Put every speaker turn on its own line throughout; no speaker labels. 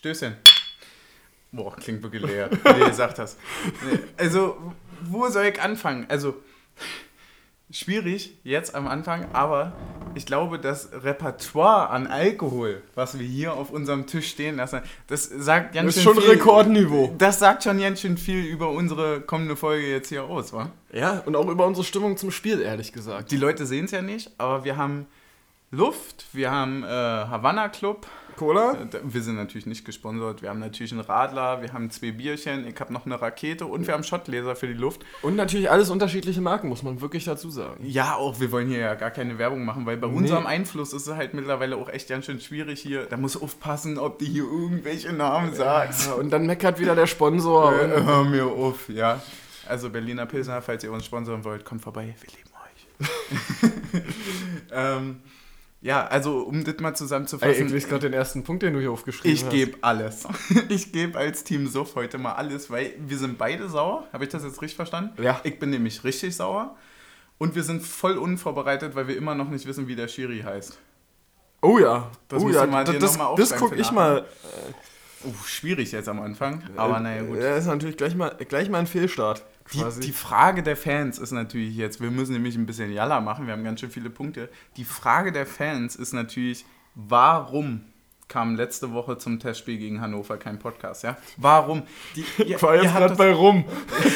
Stößchen. Boah, klingt wirklich leer, wie du gesagt hast. Also, wo soll ich anfangen? Also, schwierig jetzt am Anfang, aber ich glaube, das Repertoire an Alkohol, was wir hier auf unserem Tisch stehen lassen, das sagt ganz
Das ist
schön
schon
viel.
Rekordniveau.
Das sagt schon ganz schön viel über unsere kommende Folge jetzt hier aus, wa?
Ja, und auch über unsere Stimmung zum Spiel, ehrlich gesagt.
Die Leute sehen es ja nicht, aber wir haben Luft, wir haben Havanna Club.
Cola?
Wir sind natürlich nicht gesponsert. Wir haben natürlich einen Radler, wir haben 2 Bierchen, ich habe noch eine Rakete und wir haben Schottgläser für die Luft.
Und natürlich alles unterschiedliche Marken, muss man wirklich dazu sagen.
Ja, auch wir wollen hier ja gar keine Werbung machen, weil bei unserem Einfluss ist es halt mittlerweile auch echt ganz schön schwierig hier. Da musst du aufpassen, ob du hier irgendwelche Namen sagst.
Ja, und dann meckert wieder der Sponsor.
Hör mir auf, ja. Also Berliner Pilsner, falls ihr uns sponsoren wollt, kommt vorbei, wir lieben euch. Ja, also um das mal zusammenzufassen.
Ich lese gerade den ersten Punkt, den du hier aufgeschrieben hast.
Ich gebe alles. Ich gebe als Team Suff heute mal alles, weil wir sind beide sauer. Habe ich das jetzt richtig verstanden?
Ja.
Ich bin nämlich richtig sauer. Und wir sind voll unvorbereitet, weil wir immer noch nicht wissen, wie der Schiri heißt.
Oh ja.
Das
oh
musst
ja,
du mal dir noch mal
das
aufschreiben
gucke
für
ich
nachher.
mal.
Schwierig jetzt am Anfang, aber naja, gut.
Ja, ist natürlich gleich mal ein Fehlstart.
Die Frage der Fans ist natürlich jetzt, wir müssen nämlich ein bisschen Jalla machen, wir haben ganz schön viele Punkte. Die Frage der Fans ist natürlich, warum kam letzte Woche zum Testspiel gegen Hannover kein Podcast, ja? Warum?
Ich war jetzt gerade bei rum.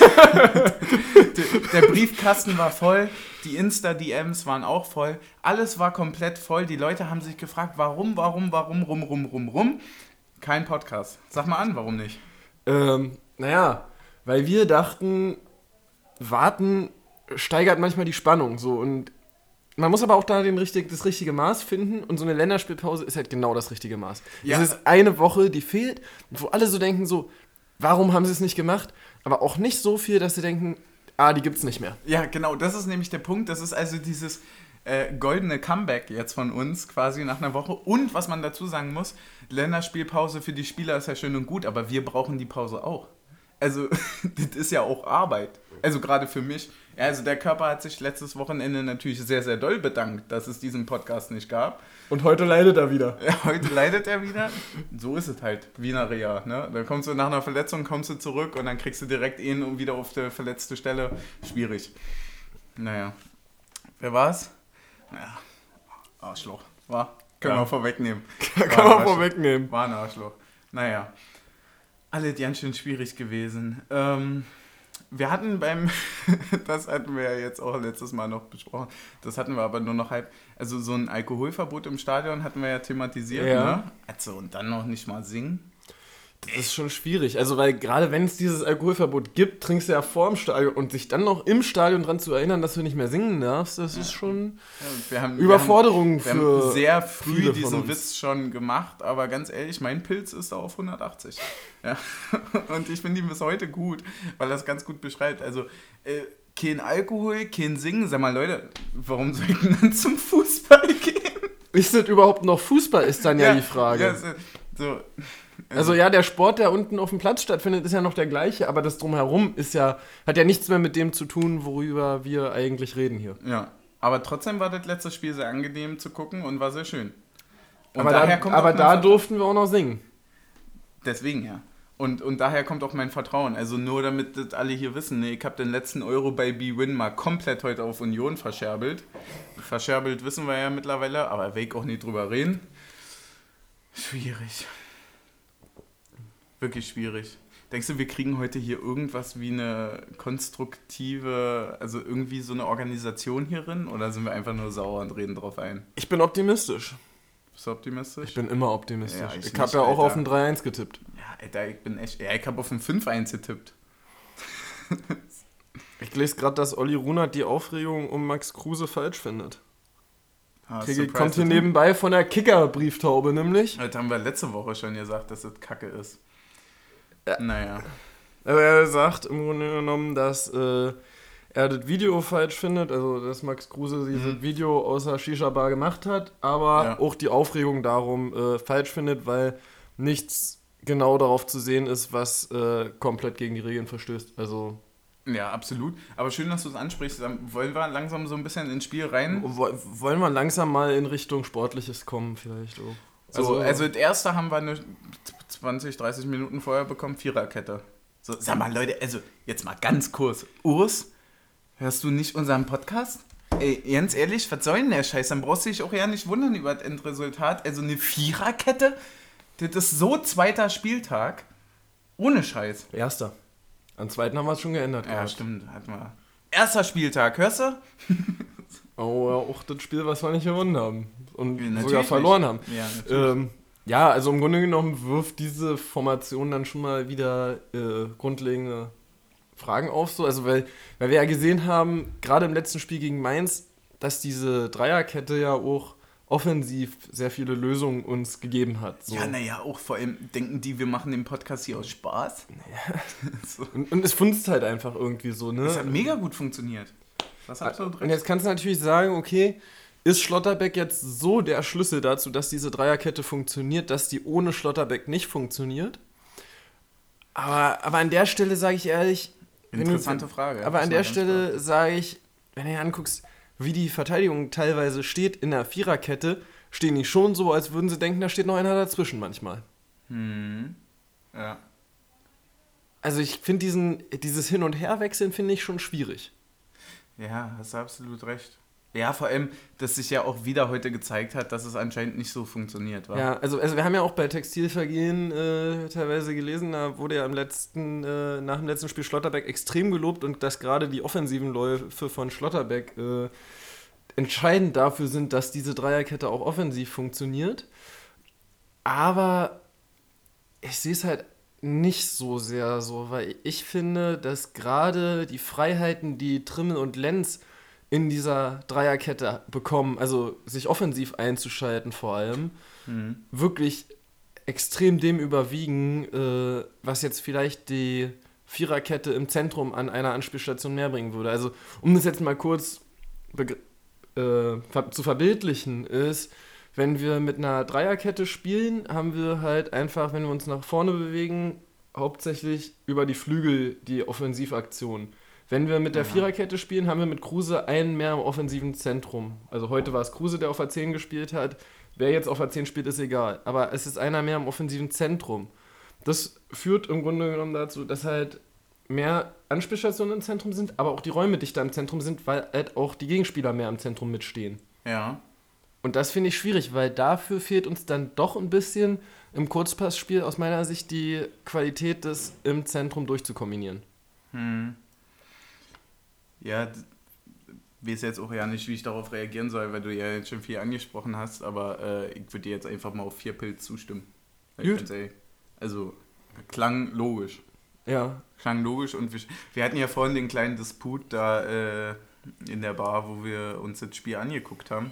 Der Briefkasten war voll, die Insta-DMs waren auch voll, alles war komplett voll, die Leute haben sich gefragt, warum, rum. Kein Podcast. Sag mal an, warum nicht?
Naja, weil wir dachten, warten steigert manchmal die Spannung. So. Und man muss aber auch da das richtige Maß finden. Und so eine Länderspielpause ist halt genau das richtige Maß.
Ja.
Es ist eine Woche, die fehlt, wo alle so denken, so, warum haben sie es nicht gemacht? Aber auch nicht so viel, dass sie denken, die gibt's nicht mehr.
Ja, genau, das ist nämlich der Punkt. Das ist also dieses goldene Comeback jetzt von uns quasi nach einer Woche. Und was man dazu sagen muss, Länderspielpause für die Spieler ist ja schön und gut, aber wir brauchen die Pause auch. Also, das ist ja auch Arbeit. Also gerade für mich. Ja, also der Körper hat sich letztes Wochenende natürlich sehr, sehr doll bedankt, dass es diesen Podcast nicht gab.
Und heute leidet er wieder.
Ja, heute leidet er wieder. So ist es halt, wie in der Reha. Ne? Da kommst du nach einer Verletzung, kommst du zurück und dann kriegst du direkt ihn und wieder auf die verletzte Stelle. Schwierig. Naja. Wer war's? Ja, Arschloch. War? Können wir vorwegnehmen.
Kann man vorwegnehmen.
War ein Arschloch. Naja. Alle ganz schön schwierig gewesen. Wir hatten das hatten wir ja jetzt auch letztes Mal noch besprochen, das hatten wir aber nur noch halb, also so ein Alkoholverbot im Stadion hatten wir ja thematisiert,
ja.
Ne? Also und dann noch nicht mal singen.
Das ist schon schwierig, also weil gerade wenn es dieses Alkoholverbot gibt, trinkst du ja vor dem Stadion und sich dann noch im Stadion dran zu erinnern, dass du nicht mehr singen darfst, das ist schon Überforderung
wir haben sehr früh
viele
diesen
von uns.
Witz schon gemacht, aber ganz ehrlich, mein Pilz ist auf 180. Ja. Und ich finde ihn bis heute gut, weil das ganz gut beschreibt. Also kein Alkohol, kein Singen. Sag mal Leute, warum soll ich denn dann zum Fußball gehen?
Ist das überhaupt noch Fußball, ist dann ja die Frage.
Ja, so.
Also ja, der Sport, der unten auf dem Platz stattfindet, ist ja noch der gleiche, aber das Drumherum hat ja nichts mehr mit dem zu tun, worüber wir eigentlich reden hier.
Ja, aber trotzdem war das letzte Spiel sehr angenehm zu gucken und war sehr schön. Und
aber da durften wir auch noch singen.
Deswegen ja. Und daher kommt auch mein Vertrauen. Also nur damit das alle hier wissen, ne, ich habe den letzten Euro bei B-Win mal komplett heute auf Union verscherbelt. Verscherbelt wissen wir ja mittlerweile, aber will ich auch nicht drüber reden. Schwierig. Wirklich schwierig. Denkst du, wir kriegen heute hier irgendwas wie eine konstruktive, also irgendwie so eine Organisation hierin? Oder sind wir einfach nur sauer und reden drauf ein?
Ich bin optimistisch.
Bist du optimistisch?
Ich bin immer optimistisch.
Ja,
ich habe ja auch auf ein 3-1 getippt.
Ja, Alter, ich habe auf ein 5-1 getippt.
Ich lese gerade, dass Olli Runert die Aufregung um Max Kruse falsch findet. Kommt hier nebenbei von der Kicker-Brieftaube nämlich.
Das haben wir letzte Woche schon gesagt, dass das Kacke ist. Naja.
Aber er sagt im Grunde genommen, dass er das Video falsch findet, also dass Max Kruse dieses Video außer Shisha-Bar gemacht hat, aber auch die Aufregung darum falsch findet, weil nichts genau darauf zu sehen ist, was komplett gegen die Regeln verstößt. Also
ja, absolut. Aber schön, dass du es ansprichst. Wollen wir langsam so ein bisschen ins Spiel rein?
Wollen wir langsam mal in Richtung Sportliches kommen vielleicht auch.
Also das erste haben wir 20, 30 Minuten vorher bekommen, Viererkette. So, sag mal, Leute, also jetzt mal ganz kurz. Urs, hörst du nicht unseren Podcast? Ey, ganz ehrlich, was soll denn der Scheiß? Dann brauchst du dich auch ja nicht wundern über das Endresultat. Also eine Viererkette, das ist so 2. Spieltag. Ohne Scheiß.
1. Am 2. haben wir es schon geändert.
Ja, stimmt, hatten wir. 1. Spieltag, hörst du?
Oh, ja, auch das Spiel, was wir nicht gewonnen haben. Und
Ja,
sogar verloren haben.
Ja, natürlich.
Ja, also im Grunde genommen wirft diese Formation dann schon mal wieder grundlegende Fragen auf. So. Also weil wir ja gesehen haben, gerade im letzten Spiel gegen Mainz, dass diese Dreierkette ja auch offensiv sehr viele Lösungen uns gegeben hat. So.
Ja, naja, auch vor allem denken die, wir machen den Podcast hier aus Spaß.
Naja.
So.
Und es funzt halt einfach irgendwie so, ne?
Das hat mega gut funktioniert. Das hat so
Und
recht.
jetzt kannst du natürlich sagen, okay, ist Schlotterbeck jetzt so der Schlüssel dazu, dass diese Dreierkette funktioniert, dass die ohne Schlotterbeck nicht funktioniert? Aber an der Stelle sage ich ehrlich...
Interessante Frage.
Aber an der Stelle sage ich, wenn du dir anguckst, wie die Verteidigung teilweise steht in der Viererkette, stehen die schon so, als würden sie denken, da steht noch einer dazwischen manchmal.
Ja.
Also ich finde dieses Hin- und Herwechseln finde ich schon schwierig.
Ja, hast du absolut recht. Ja, vor allem, dass sich ja auch wieder heute gezeigt hat, dass es anscheinend nicht so funktioniert. Wa?
Ja, also wir haben ja auch bei Textilvergehen teilweise gelesen, da wurde ja nach dem letzten Spiel Schlotterbeck extrem gelobt und dass gerade die offensiven Läufe von Schlotterbeck entscheidend dafür sind, dass diese Dreierkette auch offensiv funktioniert. Aber ich sehe es halt nicht so sehr so, weil ich finde, dass gerade die Freiheiten, die Trimmel und Lenz in dieser Dreierkette bekommen, also sich offensiv einzuschalten vor allem, wirklich extrem dem überwiegen, was jetzt vielleicht die Viererkette im Zentrum an einer Anspielstation mehr bringen würde. Also um das jetzt mal kurz zu verbildlichen ist, wenn wir mit einer Dreierkette spielen, haben wir halt einfach, wenn wir uns nach vorne bewegen, hauptsächlich über die Flügel die Offensivaktion. Wenn wir mit der Viererkette spielen, haben wir mit Kruse einen mehr im offensiven Zentrum. Also heute war es Kruse, der auf der 10 gespielt hat. Wer jetzt auf der 10 spielt, ist egal. Aber es ist einer mehr im offensiven Zentrum. Das führt im Grunde genommen dazu, dass halt mehr Anspielstationen im Zentrum sind, aber auch die Räume dichter im Zentrum sind, weil halt auch die Gegenspieler mehr im Zentrum mitstehen.
Ja.
Und das finde ich schwierig, weil dafür fehlt uns dann doch ein bisschen im Kurzpassspiel aus meiner Sicht die Qualität, das im Zentrum durchzukombinieren.
Ja, ich weiß jetzt auch ja nicht, wie ich darauf reagieren soll, weil du ja jetzt schon viel angesprochen hast, aber ich würde dir jetzt einfach mal auf 4 Pilz zustimmen.
Gut.
Also, klang logisch.
Ja.
Klang logisch und wir hatten ja vorhin den kleinen Disput da in der Bar, wo wir uns das Spiel angeguckt haben.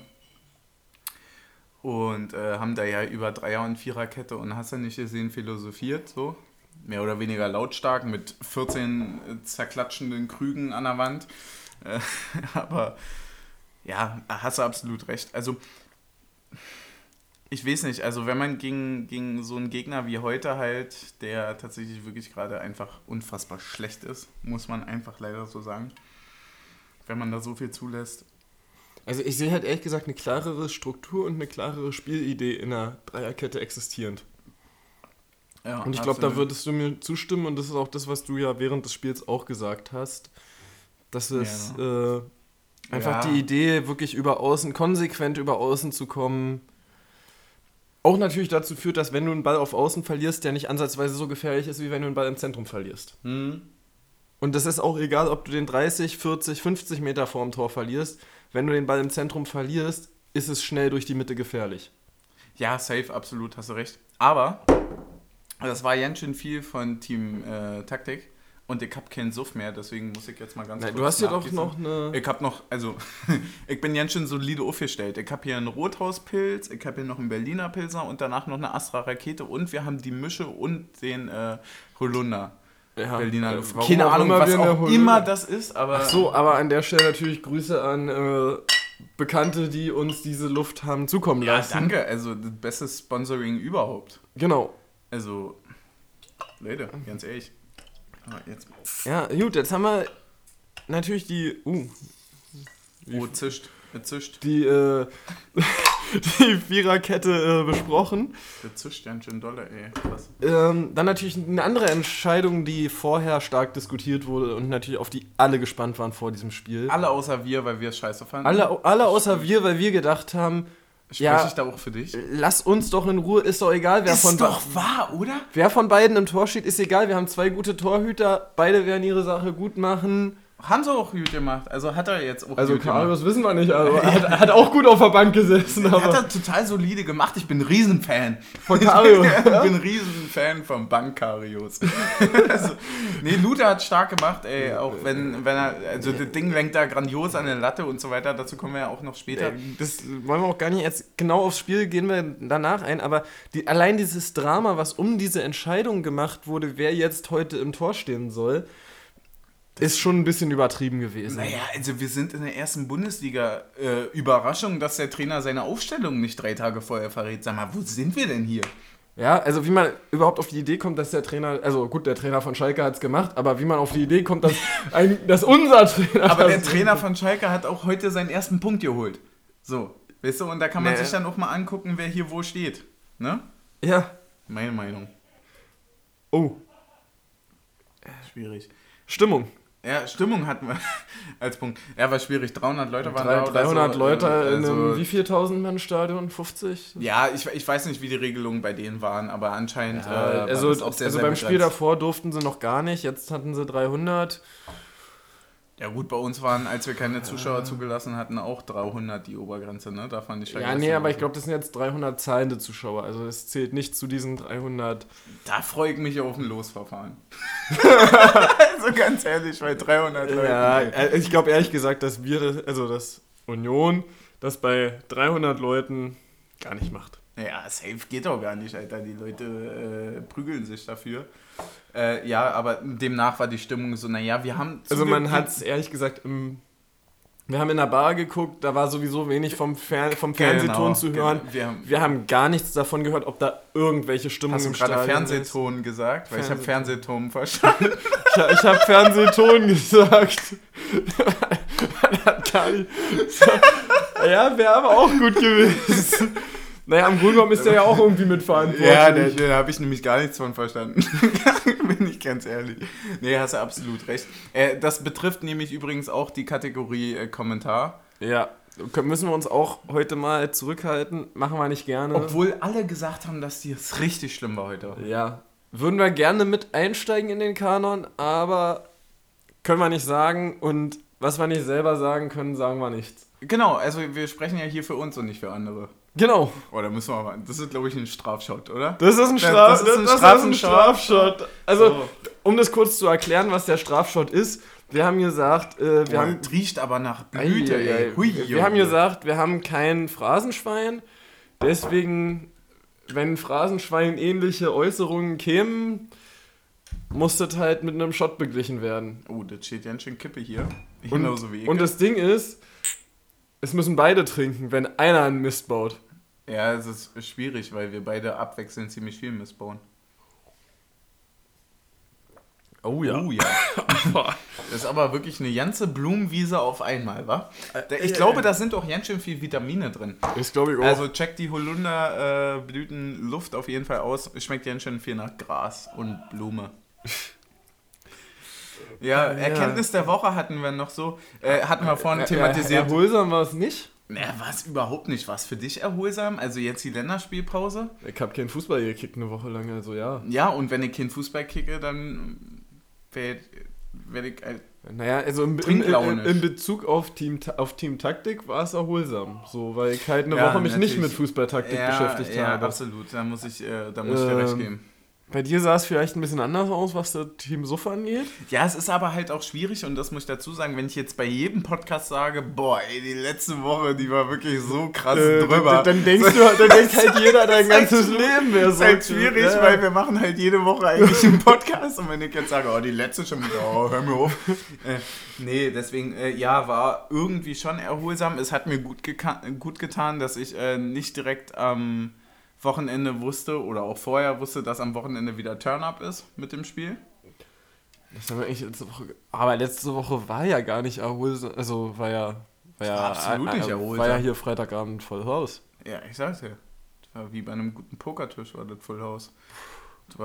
Und haben da ja über Dreier- und Viererkette und hast du nicht gesehen, philosophiert, so. Mehr oder weniger lautstark mit 14 zerklatschenden Krügen an der Wand. Aber ja, hast du absolut recht. Also, ich weiß nicht, also wenn man gegen so einen Gegner wie heute halt, der tatsächlich wirklich gerade einfach unfassbar schlecht ist, muss man einfach leider so sagen, wenn man da so viel zulässt.
Also ich sehe halt ehrlich gesagt eine klarere Struktur und eine klarere Spielidee in der Dreierkette existierend.
Ja,
und ich glaube, da würdest du mir zustimmen und das ist auch das, was du ja während des Spiels auch gesagt hast, dass es einfach die Idee, wirklich konsequent über Außen zu kommen, auch natürlich dazu führt, dass wenn du einen Ball auf Außen verlierst, der nicht ansatzweise so gefährlich ist, wie wenn du einen Ball im Zentrum verlierst. Und das ist auch egal, ob du den 30, 40, 50 Meter vorm Tor verlierst. Wenn du den Ball im Zentrum verlierst, ist es schnell durch die Mitte gefährlich.
Ja, safe, absolut, hast du recht. Aber das war ganz schön viel von Team Taktik und ich habe keinen Suff mehr, deswegen muss ich jetzt mal ganz kurz
du hast ja doch noch eine...
Ich habe noch, also, ich bin ganz schön solide aufgestellt. Ich habe hier einen Rothauspilz, ich habe hier noch einen Berliner Pilsner und danach noch eine Astra-Rakete und wir haben die Mische und den Holunder.
Ja,
Berliner,
warum
keine
auch
Ahnung,
immer
was
wir
auch immer das ist, aber...
Ach so, aber an der Stelle natürlich Grüße an Bekannte, die uns diese Luft haben zukommen lassen.
Ja, danke, also das beste Sponsoring überhaupt.
Genau.
Also, Leute, ganz ehrlich.
Ja, gut, jetzt haben wir natürlich die...
Zischt. Gezischt.
die Viererkette besprochen.
Gezischt ganz schön dolle, ey. Krass.
Dann natürlich eine andere Entscheidung, die vorher stark diskutiert wurde und natürlich auf die alle gespannt waren vor diesem Spiel.
Alle außer wir, weil wir es scheiße fanden.
Alle außer wir, weil wir gedacht haben,
Spreche ich da auch für dich?
Lass uns doch in Ruhe, ist doch egal, wer
ist doch wahr, oder?
Wer von beiden im Tor steht, ist egal. Wir haben 2 gute Torhüter, beide werden ihre Sache gut machen.
Haben sie auch gut gemacht, also hat er jetzt auch
also
gut gemacht.
Also Karius wissen wir nicht, also er hat auch gut auf der Bank gesessen. Aber
hat er total solide gemacht, ich bin ein Riesenfan.
Von Karius.
Ich bin ein Riesenfan vom Bank-Karius. Also, nee, Luther hat stark gemacht, ey, auch wenn er, also das Ding lenkt da grandios an der Latte und so weiter, dazu kommen wir ja auch noch später.
Das wollen wir auch gar nicht, jetzt genau aufs Spiel gehen wir danach ein, aber allein dieses Drama, was um diese Entscheidung gemacht wurde, wer jetzt heute im Tor stehen soll, ist schon ein bisschen übertrieben gewesen.
Naja, also wir sind in der ersten Bundesliga. Überraschung, dass der Trainer seine Aufstellung nicht 3 Tage vorher verrät. Sag mal, wo sind wir denn hier?
Ja, also wie man überhaupt auf die Idee kommt, dass der Trainer, also gut, der Trainer von Schalke hat es gemacht, aber wie man auf die Idee kommt, dass unser Trainer...
Aber der Trainer von Schalke hat auch heute seinen ersten Punkt geholt. So, weißt du, und da kann man sich dann auch mal angucken, wer hier wo steht. Ne?
Ja.
Meine Meinung.
Oh.
Schwierig.
Stimmung.
Ja, Stimmung hatten wir als Punkt. Ja, war schwierig. 300 Leute waren da.
300 so, Leute in einem wie 4.000 Mann Stadion? 50?
Ja, ich weiß nicht, wie die Regelungen bei denen waren, aber anscheinend
also beim Spiel davor durften sie noch gar nicht, jetzt hatten sie 300.
Ja gut, bei uns waren, als wir keine Zuschauer zugelassen hatten, auch 300 die Obergrenze, ne? Da fand ich
ja, nee, aber ich glaube, das sind jetzt 300 zahlende Zuschauer, also es zählt nicht zu diesen 300.
Da freue ich mich auf ein Losverfahren. Also ganz ehrlich, bei 300 Leuten.
Ja, ich glaube ehrlich gesagt, dass das Union, das bei 300 Leuten gar nicht macht.
Ja, safe geht doch gar nicht, Alter. Die Leute prügeln sich dafür. Ja, aber demnach war die Stimmung so, naja, wir haben...
Also man hat es ehrlich gesagt wir haben in der Bar geguckt, da war sowieso wenig vom Fernsehton zu hören. Wir haben gar nichts davon gehört, ob da irgendwelche Stimmung im Stadion ist.
Hast du gerade Fernsehton gesagt? Weil ich habe Fernsehton verstanden.
Ich habe Fernsehton gesagt. Man hat gar nicht... Ja, wäre aber auch gut gewesen. Naja, am Grunde genommen ist der ja auch irgendwie mitverantwortlich.
Ja, da habe ich nämlich gar nichts von verstanden. Bin ich ganz ehrlich. Nee, hast du absolut recht. Das betrifft nämlich übrigens auch die Kategorie Kommentar.
Ja, müssen wir uns auch heute mal zurückhalten. Machen wir nicht gerne.
Obwohl alle gesagt haben, dass es richtig schlimm war heute.
Ja, würden wir gerne mit einsteigen in den Kanon, aber können wir nicht sagen. Und was wir nicht selber sagen können, sagen wir nichts.
Genau, also wir sprechen ja hier für uns und nicht für andere.
Genau.
Oh, da müssen wir mal. Das ist, glaube ich, ein Strafshot, oder?
Das ist ein Strafshot. Also, um das kurz zu erklären, was der Strafshot ist, wir haben gesagt,
das riecht aber nach Blüte, ey.
Wir haben gesagt, wir haben kein Phrasenschwein, deswegen, wenn Phrasenschwein ähnliche Äußerungen kämen, muss das halt mit einem Shot beglichen werden.
Oh, das steht ganz schön Kippe hier. Genauso wie ich.
Und das Ding ist, es müssen beide trinken, wenn einer einen Mist baut.
Ja, es ist schwierig, weil wir beide abwechselnd ziemlich viel Mist bauen.
Oh ja.
Oh ja. Das ist aber wirklich eine ganze Blumenwiese auf einmal, wa? Ich glaube, da sind auch ganz schön viel Vitamine drin.
Das glaube ich auch.
Also check die Holunderblütenluft auf jeden Fall aus. Es schmeckt ganz schön viel nach Gras und Blume. Ja, Erkenntnis der Woche hatten wir noch so. Hatten wir vorhin thematisiert.
Erholsam war es nicht?
Naja, war es überhaupt nicht. War es für dich erholsam? Also jetzt die Länderspielpause?
Ich habe keinen Fußball gekickt eine Woche lang, also ja.
Ja, und wenn ich keinen Fußball kicke, dann werde ich...
Naja, also im Bezug auf Team Taktik war es erholsam. So, weil ich halt eine Woche mich nicht mit Fußballtaktik beschäftigt habe.
Ja, absolut. Da muss ich dir recht geben.
Bei dir sah es vielleicht ein bisschen anders aus, was das Team Suff angeht.
Ja, es ist aber halt auch schwierig und das muss ich dazu sagen, wenn ich jetzt bei jedem Podcast sage, boah, ey, die letzte Woche, die war wirklich so krass drüber.
Dann denkt halt jeder, dein ganzes Leben wäre so.
Das ist halt schwierig, weil wir machen halt jede Woche eigentlich einen Podcast und wenn ich jetzt sage, oh, die letzte schon wieder, oh, hör mir auf. Nee, deswegen, war irgendwie schon erholsam. Es hat mir gut getan, dass ich nicht direkt am Wochenende wusste oder auch vorher wusste, dass am Wochenende wieder Turn-Up ist mit dem Spiel.
Das haben wir eigentlich letzte Woche. Aber letzte Woche war ja gar nicht erholsam. Also war ja
absolut nicht erholt.
War ja hier Freitagabend Full House.
Ja, ich sag's ja. Das war wie bei einem guten Pokertisch, war das Full House. Das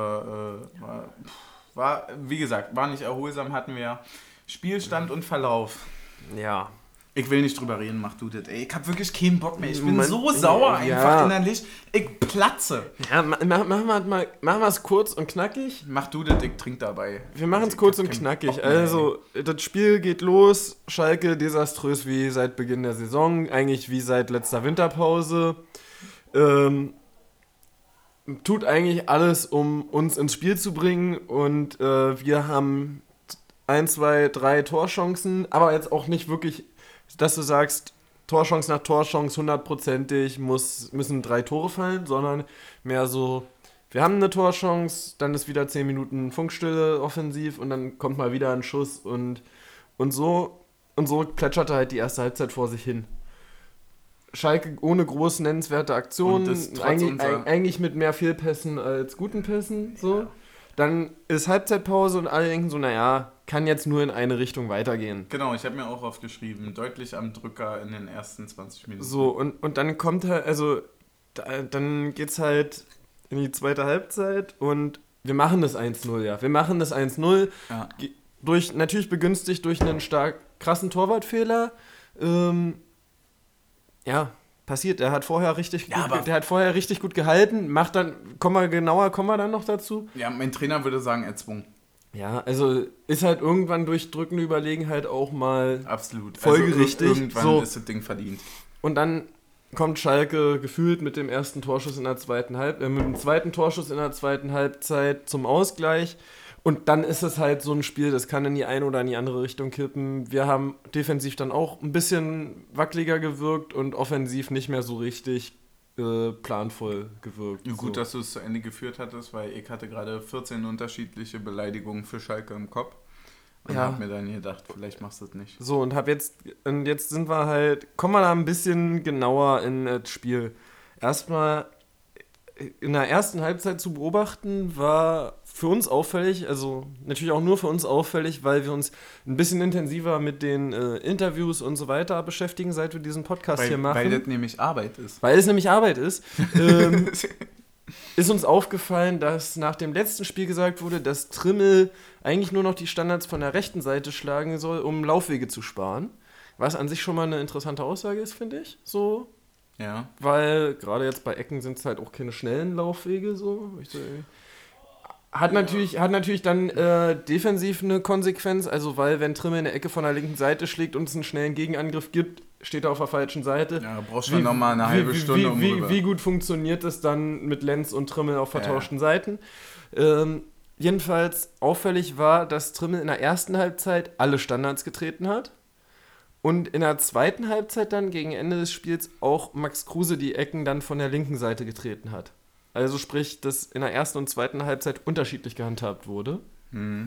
war, wie gesagt, war nicht erholsam, hatten wir Spielstand und Verlauf.
Ja.
Ich will nicht drüber reden, mach du das. Ey, ich hab wirklich keinen Bock mehr. Ich bin so sauer einfach innerlich. Ich platze.
Ja, machen wir es kurz und knackig.
Mach du das, ich trink dabei.
Wir machen es kurz und knackig. Also, das Spiel geht los. Schalke desaströs wie seit Beginn der Saison. Eigentlich wie seit letzter Winterpause. Tut eigentlich alles, um uns ins Spiel zu bringen. Und wir haben 1, 2, 3 Torchancen. Aber jetzt auch nicht wirklich, dass du sagst, Torchance nach Torchance 100%ig müssen 3 Tore fallen, sondern mehr so, wir haben eine Torchance, dann ist wieder 10 Minuten Funkstille offensiv und dann kommt mal wieder ein Schuss und so plätscherte halt die erste Halbzeit vor sich hin. Schalke ohne groß nennenswerte Aktionen, eigentlich mit mehr Fehlpässen als guten Pässen, so. Ja. Dann ist Halbzeitpause und alle denken so, naja, kann jetzt nur in eine Richtung weitergehen.
Genau, ich habe mir auch aufgeschrieben, deutlich am Drücker in den ersten 20 Minuten.
So, und dann kommt halt, dann geht's halt in die zweite Halbzeit und wir machen das 1-0, ja. Wir machen das 1-0, natürlich begünstigt durch einen krassen Torwartfehler. Passiert. Der hat vorher richtig gut gehalten. Kommen wir dann noch dazu?
Ja, mein Trainer würde sagen, erzwungen.
Ja, also ist halt irgendwann durch drückende Überlegenheit auch mal
absolut
folgerichtig.
Also irgendwann ist das Ding verdient.
Und dann kommt Schalke gefühlt mit dem zweiten Torschuss in der zweiten Halbzeit zum Ausgleich. Und dann ist es halt so ein Spiel, das kann in die eine oder in die andere Richtung kippen. Wir haben defensiv dann auch ein bisschen wackeliger gewirkt und offensiv nicht mehr so richtig planvoll gewirkt.
Ja, gut, dass du es zu Ende geführt hattest, weil ich hatte gerade 14 unterschiedliche Beleidigungen für Schalke im Kopf. Und hab mir dann gedacht, vielleicht machst du das nicht.
So, und jetzt sind wir halt, kommen wir da ein bisschen genauer in das Spiel. Erstmal in der ersten Halbzeit zu beobachten, war für uns auffällig, also natürlich auch nur für uns auffällig, weil wir uns ein bisschen intensiver mit den Interviews und so weiter beschäftigen, seit wir diesen Podcast hier machen.
Weil das nämlich Arbeit ist.
Weil es nämlich Arbeit ist. Ist uns aufgefallen, dass nach dem letzten Spiel gesagt wurde, dass Trimmel eigentlich nur noch die Standards von der rechten Seite schlagen soll, um Laufwege zu sparen. Was an sich schon mal eine interessante Aussage ist, finde ich. So.
Ja.
Weil gerade jetzt bei Ecken sind es halt auch keine schnellen Laufwege. So. Hat natürlich dann defensiv eine Konsequenz. Also weil wenn Trimmel in der Ecke von der linken Seite schlägt und es einen schnellen Gegenangriff gibt, steht er auf der falschen Seite.
Ja, da brauchst du nochmal eine halbe Stunde
wie gut funktioniert es dann mit Lenz und Trimmel auf vertauschten Seiten? Jedenfalls auffällig war, dass Trimmel in der ersten Halbzeit alle Standards getreten hat und in der zweiten Halbzeit dann gegen Ende des Spiels auch Max Kruse die Ecken dann von der linken Seite getreten hat. Also sprich, dass in der ersten und zweiten Halbzeit unterschiedlich gehandhabt wurde.
Mhm.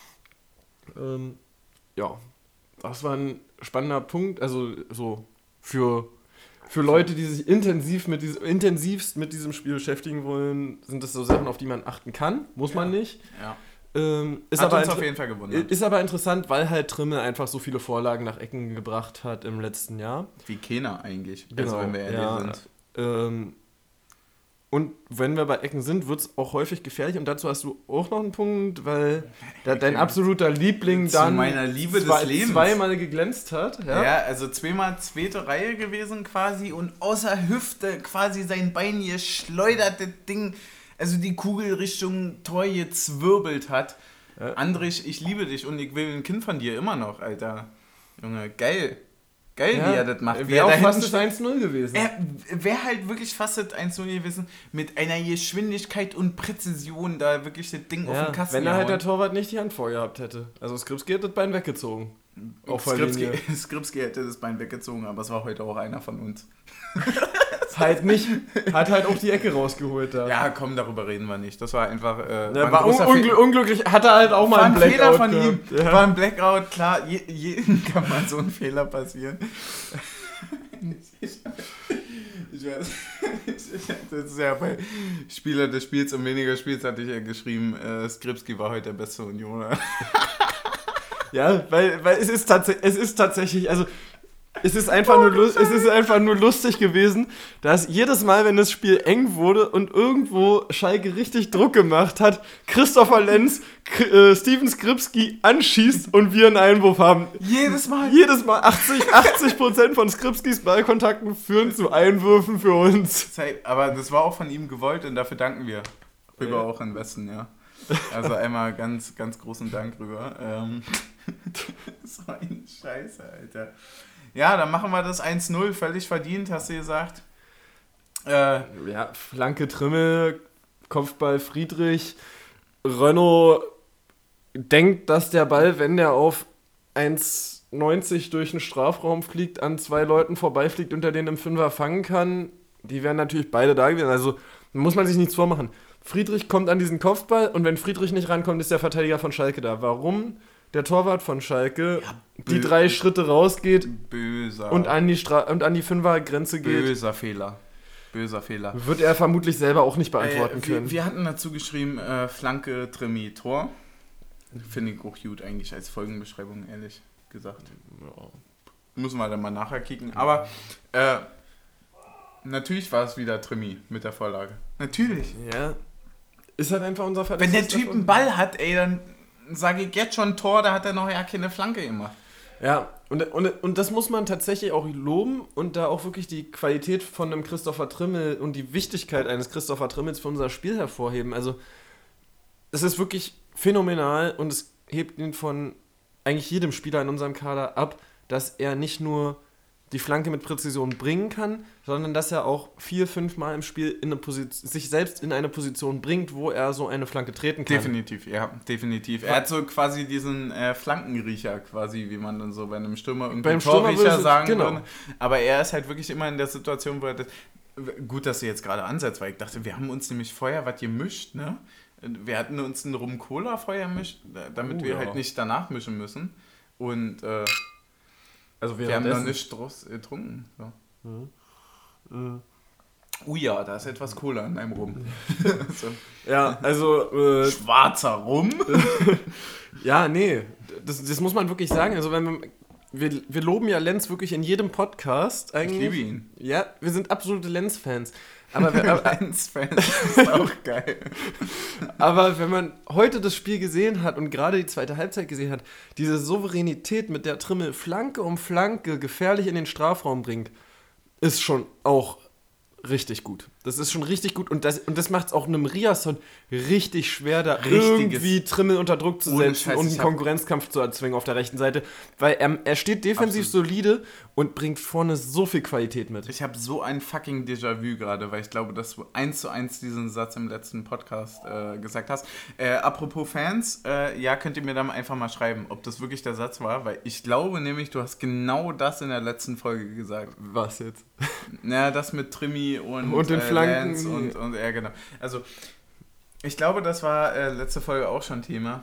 Das war ein spannender Punkt, also so für Leute, die sich intensivst mit diesem Spiel beschäftigen wollen, sind das so Sachen, auf die man achten kann, muss man nicht.
Ja.
Ist
Hat
aber
uns auf jeden Fall gewundert.
Ist aber interessant, weil halt Trimmel einfach so viele Vorlagen nach Ecken gebracht hat im letzten Jahr.
Wie keiner eigentlich,
genau,
also wenn wir ehrlich
sind. Und wenn wir bei Ecken sind, wird es auch häufig gefährlich. Und dazu hast du auch noch einen Punkt, weil dein absoluter Liebling dann
meiner Liebe des Lebens
zweimal geglänzt hat.
Ja, also zweimal zweite Reihe gewesen quasi und außer Hüfte quasi sein Bein geschleuderte Ding, also die Kugel Richtung Tor gezwirbelt hat. Ja. Andrich, ich liebe dich und ich will ein Kind von dir immer noch, Alter. Junge, geil. Geil, wie er das macht.
Wäre auch fast das 1-0 gewesen.
Wäre halt wirklich fast das 1-0 gewesen, mit einer Geschwindigkeit und Präzision da wirklich das Ding auf den Kasten
wenn halt der Torwart nicht die Hand vorgehabt hätte. Also Skripski hat das Bein weggezogen.
Skripski hätte das Bein weggezogen, aber es war heute auch einer von uns.
Halt nicht. Hat halt auch die Ecke rausgeholt da.
Ja, komm, darüber reden wir nicht. Das war einfach...
war unglücklich. Hat er halt auch mal einen Blackout.
Fehler von ihm. Ja. War ein Blackout, klar. Jedem kann mal so ein Fehler passieren. Ich weiß. Das ist ja bei Spieler des Spiels und weniger Spiels hatte ich ja geschrieben, Skripski war heute der beste Unioner.
Ja, weil es ist tatsächlich, also Es ist einfach nur lustig gewesen, dass jedes Mal, wenn das Spiel eng wurde und irgendwo Schalke richtig Druck gemacht hat, Christopher Lenz Steven Skripski anschießt und wir einen Einwurf haben.
Jedes Mal.
80% von Skripskis Ballkontakten führen zu Einwürfen für uns.
Aber das war auch von ihm gewollt und dafür danken wir. Rüber auch im Westen, ja. Also einmal ganz, ganz großen Dank rüber. So ein Scheiße, Alter. Ja, dann machen wir das 1-0, völlig verdient, hast du gesagt.
Ja, Flanke Trimmel, Kopfball Friedrich. Renault denkt, dass der Ball, wenn der auf 1,90 durch den Strafraum fliegt, an 2 Leuten vorbeifliegt und er den im Fünfer fangen kann. Die wären natürlich beide da gewesen. Also muss man sich nichts vormachen. Friedrich kommt an diesen Kopfball und wenn Friedrich nicht rankommt, ist der Verteidiger von Schalke da. Warum der Torwart von Schalke die 3 Schritte rausgeht und an die 5er-Grenze geht?
Böser Fehler.
Wird er vermutlich selber auch nicht beantworten können.
Wir hatten dazu geschrieben, Flanke, Trimi, Tor. Finde ich auch gut eigentlich als Folgenbeschreibung, ehrlich gesagt. Ja. Müssen wir dann mal nachher kicken. Aber natürlich war es wieder Trimi mit der Vorlage. Natürlich.
Ja. Ist halt einfach unser Fall.
Wenn der Typ einen Ball hat, ey, dann sage ich jetzt schon Tor, da hat er noch ja keine Flanke gemacht.
Ja, und das muss man tatsächlich auch loben und da auch wirklich die Qualität von einem Christopher Trimmel und die Wichtigkeit eines Christopher Trimmels für unser Spiel hervorheben. Also, es ist wirklich phänomenal und es hebt ihn von eigentlich jedem Spieler in unserem Kader ab, dass er nicht nur die Flanke mit Präzision bringen kann, sondern dass er auch 4-5 Mal im Spiel sich selbst in eine Position bringt, wo er so eine Flanke treten kann.
Definitiv, ja, definitiv. Er hat so quasi diesen Flankenriecher quasi, wie man dann so bei einem Stürmer irgendwie Torriecher sagen würde. Aber er ist halt wirklich immer in der Situation, wo er das... Gut, dass du jetzt gerade ansetzt, weil ich dachte, wir haben uns nämlich vorher was gemischt, ne? Wir hatten uns einen Rum-Cola vorher gemischt, damit wir halt nicht danach mischen müssen. Und also wir haben da nichts draus getrunken. So. Ja, da ist etwas Cola in meinem Rum.
So. Ja, also...
Schwarzer Rum?
Ja, nee, das muss man wirklich sagen. Also wir loben ja Lenz wirklich in jedem Podcast eigentlich.
Ich liebe ihn.
Ja, wir sind absolute Lenz-Fans.
Lenz-Fans, ist auch geil.
Aber wenn man heute das Spiel gesehen hat und gerade die zweite Halbzeit gesehen hat, diese Souveränität, mit der Trimmel Flanke um Flanke gefährlich in den Strafraum bringt, ist schon auch richtig gut. Das ist schon richtig gut und das macht es auch einem Riasson richtig schwer, da irgendwie Trimmel unter Druck zu setzen und einen Konkurrenzkampf zu erzwingen auf der rechten Seite, weil er steht defensiv solide und bringt vorne so viel Qualität mit.
Ich habe so ein fucking Déjà-vu gerade, weil ich glaube, dass du 1:1 diesen Satz im letzten Podcast gesagt hast. Apropos Fans, ja, könnt ihr mir dann einfach mal schreiben, ob das wirklich der Satz war, weil ich glaube nämlich, du hast genau das in der letzten Folge gesagt.
Was jetzt?
Na, das mit Trimi und
den Flanken
und ja, genau. Also, ich glaube, das war letzte Folge auch schon Thema.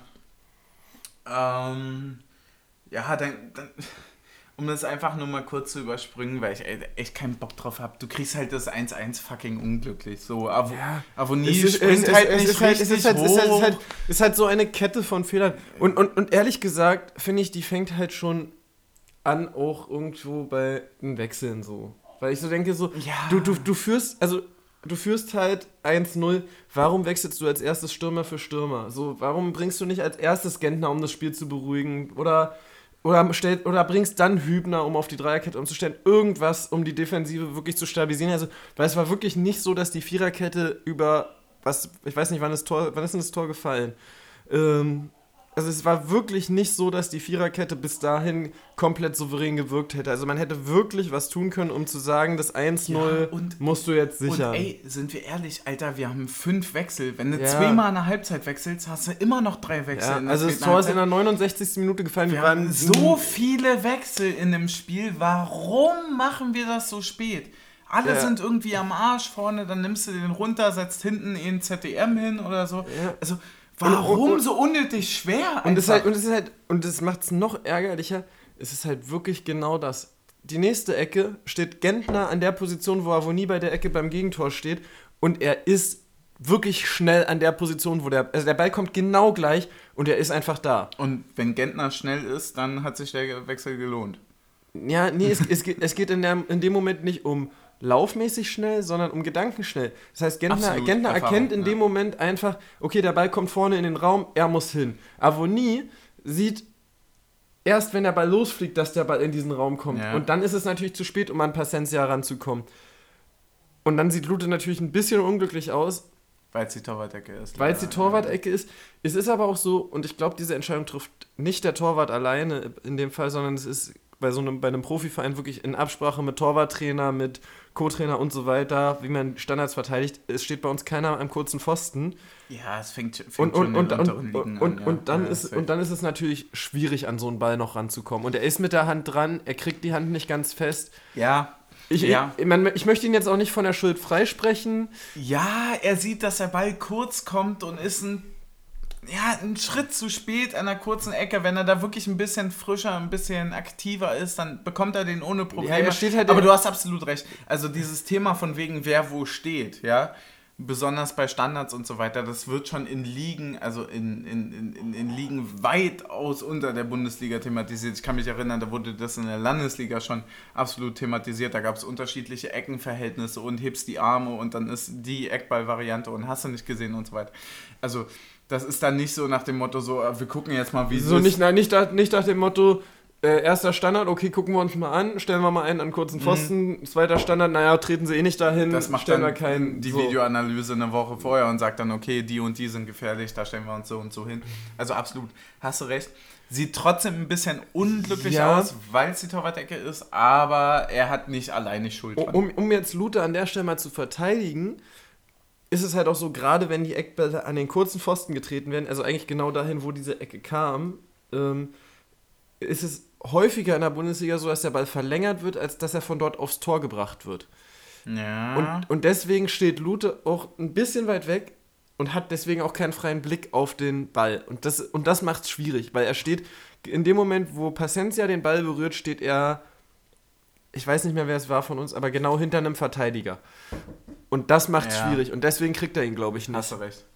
Ja, dann um das einfach nur mal kurz zu überspringen, weil ich echt keinen Bock drauf habe. Du kriegst halt das 1:1 fucking unglücklich. So, Avonie springt halt nicht richtig hoch.
Ist halt so eine Kette von Fehlern. Und ehrlich gesagt, finde ich, die fängt halt schon an, auch irgendwo bei den Wechseln so. Weil ich so denke, so, ja. Du führst halt 1-0, warum wechselst du als erstes Stürmer für Stürmer? So, warum bringst du nicht als erstes Gentner, um das Spiel zu beruhigen? Oder bringst dann Hübner, um auf die Dreierkette umzustellen? Irgendwas, um die Defensive wirklich zu stabilisieren. Also, weil es war wirklich nicht so, dass die Viererkette ich weiß nicht, wann ist denn das Tor gefallen? Also es war wirklich nicht so, dass die Viererkette bis dahin komplett souverän gewirkt hätte. Also man hätte wirklich was tun können, um zu sagen, das 1-0 musst du jetzt sichern.
Und ey, sind wir ehrlich, Alter, wir haben 5 Wechsel. Wenn du zweimal in der Halbzeit wechselst, hast du immer noch 3 Wechsel.
Ja, also das Tor ist in der 69. Minute gefallen.
Wir waren so viele Wechsel in dem Spiel. Warum machen wir das so spät? Alle sind irgendwie am Arsch vorne, dann nimmst du den runter, setzt hinten einen ZDM hin oder so. Ja. Also warum so unnötig schwer?
Und das macht es noch ärgerlicher. Es ist halt wirklich genau das. Die nächste Ecke steht Gentner an der Position, wo Avonie bei der Ecke beim Gegentor steht. Und er ist wirklich schnell an der Position, wo der Ball kommt genau gleich und er ist einfach da.
Und wenn Gentner schnell ist, dann hat sich der Wechsel gelohnt.
Ja, nee, es geht in dem Moment nicht um laufmäßig schnell, sondern um gedankenschnell. Das heißt, Gentner erkennt in dem Moment einfach, okay, der Ball kommt vorne in den Raum, er muss hin. Avonie sieht erst, wenn der Ball losfliegt, dass der Ball in diesen Raum kommt. Ja. Und dann ist es natürlich zu spät, um an Paciencia ranzukommen. Und dann sieht Lute natürlich ein bisschen unglücklich aus.
Weil es die Torwart-Ecke ist.
Weil es die Torwart-Ecke ist. Es ist aber auch so, und ich glaube, diese Entscheidung trifft nicht der Torwart alleine in dem Fall, sondern es ist bei einem Profiverein wirklich in Absprache mit Torwarttrainer, mit Co-Trainer und so weiter, wie man Standards verteidigt. Es steht bei uns keiner am kurzen Pfosten.
Ja, es fängt schon in den unteren Ligen an.
Und dann ist es natürlich schwierig, an so einen Ball noch ranzukommen. Und er ist mit der Hand dran, er kriegt die Hand nicht ganz fest.
Ja.
Ich möchte ihn jetzt auch nicht von der Schuld freisprechen.
Ja, er sieht, dass der Ball kurz kommt und ist ein Schritt zu spät an der kurzen Ecke. Wenn er da wirklich ein bisschen frischer, ein bisschen aktiver ist, dann bekommt er den ohne Probleme.
Ja,
aber du hast absolut recht. Also dieses Thema von wegen, wer wo steht, ja, besonders bei Standards und so weiter, das wird schon in Ligen, also in Ligen weitaus unter der Bundesliga thematisiert. Ich kann mich erinnern, da wurde das in der Landesliga schon absolut thematisiert. Da gab es unterschiedliche Eckenverhältnisse und hebst die Arme und dann ist die Eckball-Variante und hast du nicht gesehen und so weiter. Also das ist dann nicht so nach dem Motto, so wir gucken jetzt mal, wie
so nicht nach dem Motto, erster Standard, okay, gucken wir uns mal an, stellen wir mal einen an kurzen Pfosten, zweiter Standard, naja, treten sie eh nicht dahin,
das macht
stellen
dann
wir keinen.
Die Videoanalyse eine Woche vorher und sagt dann, okay, die und die sind gefährlich, da stellen wir uns so und so hin. Also absolut, hast du recht. Sieht trotzdem ein bisschen unglücklich aus, weil es die Torwart-Ecke ist, aber er hat nicht alleine Schuld dran.
Um jetzt Lute an der Stelle mal zu verteidigen, ist es halt auch so, gerade wenn die Eckbälle an den kurzen Pfosten getreten werden, also eigentlich genau dahin, wo diese Ecke kam, ist es häufiger in der Bundesliga so, dass der Ball verlängert wird, als dass er von dort aufs Tor gebracht wird.
Ja.
Und deswegen steht Lute auch ein bisschen weit weg und hat deswegen auch keinen freien Blick auf den Ball. Und das macht es schwierig, weil er steht, in dem Moment, wo Paciencia den Ball berührt, steht er, ich weiß nicht mehr, wer es war von uns, aber genau hinter einem Verteidiger. Und das macht es schwierig. Und deswegen kriegt er ihn, glaube ich, nicht.
Hast du recht.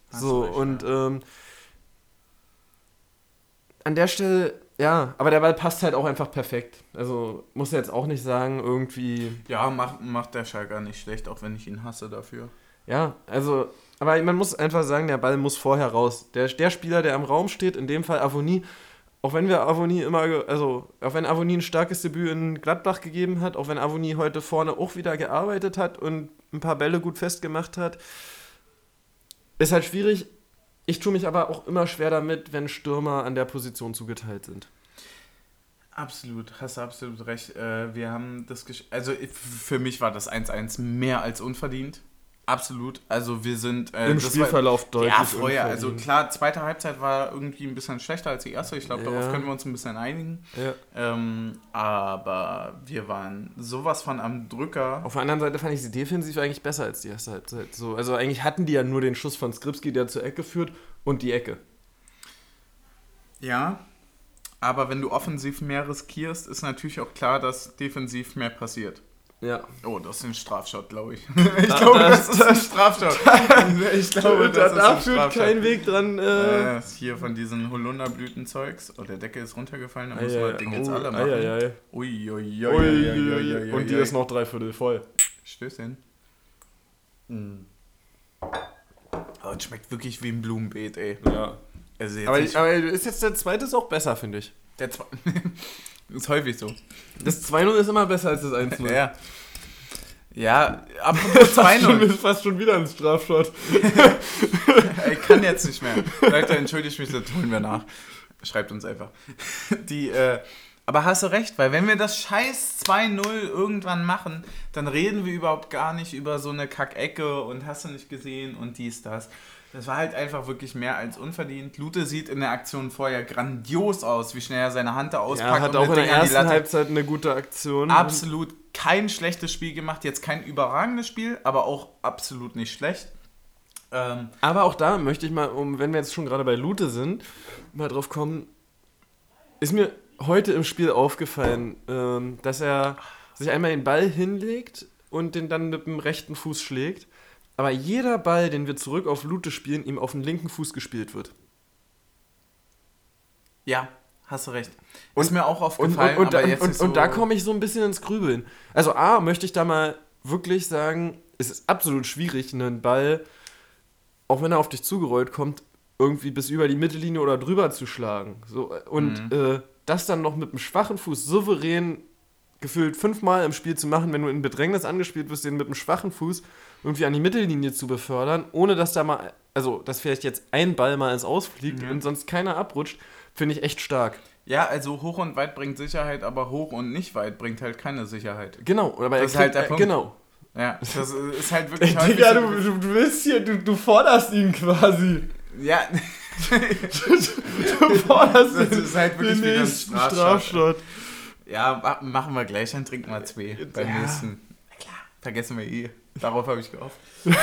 An der Stelle, ja, aber der Ball passt halt auch einfach perfekt. Also muss er jetzt auch nicht sagen, irgendwie...
Ja, macht der Schalker nicht schlecht, auch wenn ich ihn hasse dafür.
Ja, also, aber man muss einfach sagen, der Ball muss vorher raus. Der Spieler, der im Raum steht, in dem Fall Avonie, auch wenn Avonie ein starkes Debüt in Gladbach gegeben hat, auch wenn Avonie heute vorne auch wieder gearbeitet hat und ein paar Bälle gut festgemacht hat, ist halt schwierig. Ich tue mich aber auch immer schwer damit, wenn Stürmer an der Position zugeteilt sind.
Absolut, hast du absolut recht. Wir haben das also für mich war das 1-1 mehr als unverdient. Absolut, also wir sind...
Im Spielverlauf deutlich.
Ja, vorher, also klar, zweite Halbzeit war irgendwie ein bisschen schlechter als die erste. Ich glaube, darauf können wir uns ein bisschen einigen. Ja. Aber wir waren sowas von am Drücker.
Auf der anderen Seite fand ich sie defensiv eigentlich besser als die erste Halbzeit. So, also eigentlich hatten die ja nur den Schuss von Skripski, der zur Ecke führt, und die Ecke.
Ja, aber wenn du offensiv mehr riskierst, ist natürlich auch klar, dass defensiv mehr passiert.
Ja.
Oh, das ist ein Strafschott, glaube ich. Ich glaube, das ist ein Strafschott. Ich glaube,
da führt kein Weg dran.
Hier von diesen Holunderblütenzeugs. Oh, der Deckel ist runtergefallen, da müssen wir das Ding jetzt alle machen.
Ui. Und die ist noch 3/4 voll.
Stößchen. Oh, es schmeckt wirklich wie ein Blumenbeet, ey.
Ja. Also aber ist jetzt der zweite ist auch besser, finde ich.
Der zweite ist häufig so.
Das 2-0 ist immer besser als das 1-0.
Ja. Ja, apropos 2-0.
Ist fast schon wieder ein Strafschott.
Ich kann jetzt nicht mehr. Leute, entschuldigt mich, das holen wir nach. Schreibt uns einfach. Aber hast du recht, weil wenn wir das scheiß 2-0 irgendwann machen, dann reden wir überhaupt gar nicht über so eine Kackecke und hast du nicht gesehen und dies, das. Das war halt einfach wirklich mehr als unverdient. Lute sieht in der Aktion vorher grandios aus, wie schnell er seine Hand da auspackt.
Er hat auch in der ersten Halbzeit eine gute Aktion.
Absolut kein schlechtes Spiel gemacht. Jetzt kein überragendes Spiel, aber auch absolut nicht schlecht.
Aber auch da möchte ich mal, wenn wir jetzt schon gerade bei Lute sind, mal drauf kommen, ist mir heute im Spiel aufgefallen, dass er sich einmal den Ball hinlegt und den dann mit dem rechten Fuß schlägt. Aber jeder Ball, den wir zurück auf Lute spielen, ihm auf den linken Fuß gespielt wird.
Ja, hast du recht. Ist mir auch aufgefallen.
Und da komme ich so ein bisschen ins Grübeln. Also möchte ich da mal wirklich sagen, es ist absolut schwierig, einen Ball, auch wenn er auf dich zugerollt kommt, irgendwie bis über die Mittellinie oder drüber zu schlagen. So, und das dann noch mit einem schwachen Fuß souverän gefühlt 5-mal im Spiel zu machen, wenn du in Bedrängnis angespielt wirst, den mit einem schwachen Fuß irgendwie an die Mittellinie zu befördern, ohne dass da mal, also dass vielleicht jetzt ein Ball mal ins Ausfliegt und sonst keiner abrutscht, finde ich echt stark.
Ja, also hoch und weit bringt Sicherheit, aber hoch und nicht weit bringt halt keine Sicherheit.
Genau, aber
das ist halt der Punkt.
Genau.
Ja, das ist halt wirklich häufig...
Digga, du willst hier, du forderst ihn quasi.
Ja.
du forderst ihn.
Das ist halt wirklich wieder ein
Strafschott.
Ja, machen wir gleich, dann trinken wir 2 beim nächsten. Na klar. Vergessen wir eh. Darauf habe ich gehofft.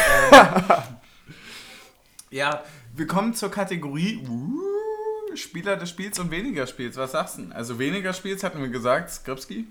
Ja, wir kommen zur Kategorie Spieler des Spiels und weniger Spiels. Was sagst du? Also weniger Spiels hatten wir gesagt, Skripski.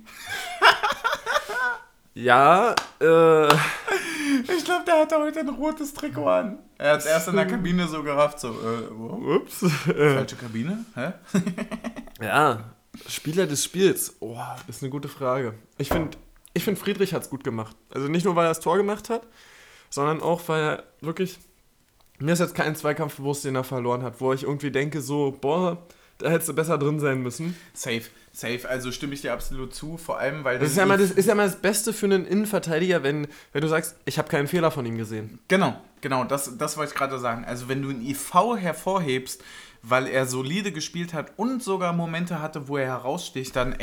Ja,
ich glaube, der hatte heute ein rotes Trikot an. Er hat es erst in der Kabine so gerafft, so,
ups.
Falsche Kabine? Hä?
Ja, Spieler des Spiels. Oh, ist eine gute Frage. Ich finde, Friedrich hat es gut gemacht. Also nicht nur, weil er das Tor gemacht hat, sondern auch, weil er wirklich... Mir ist jetzt kein Zweikampf bewusst, den er verloren hat, wo ich irgendwie denke so, da hättest du besser drin sein müssen.
Safe. Also stimme ich dir absolut zu, vor allem, weil...
Das ist ja mal das Beste für einen Innenverteidiger, wenn du sagst, ich habe keinen Fehler von ihm gesehen.
Genau, das wollte ich gerade sagen. Also wenn du einen IV hervorhebst, weil er solide gespielt hat und sogar Momente hatte, wo er heraussticht, dann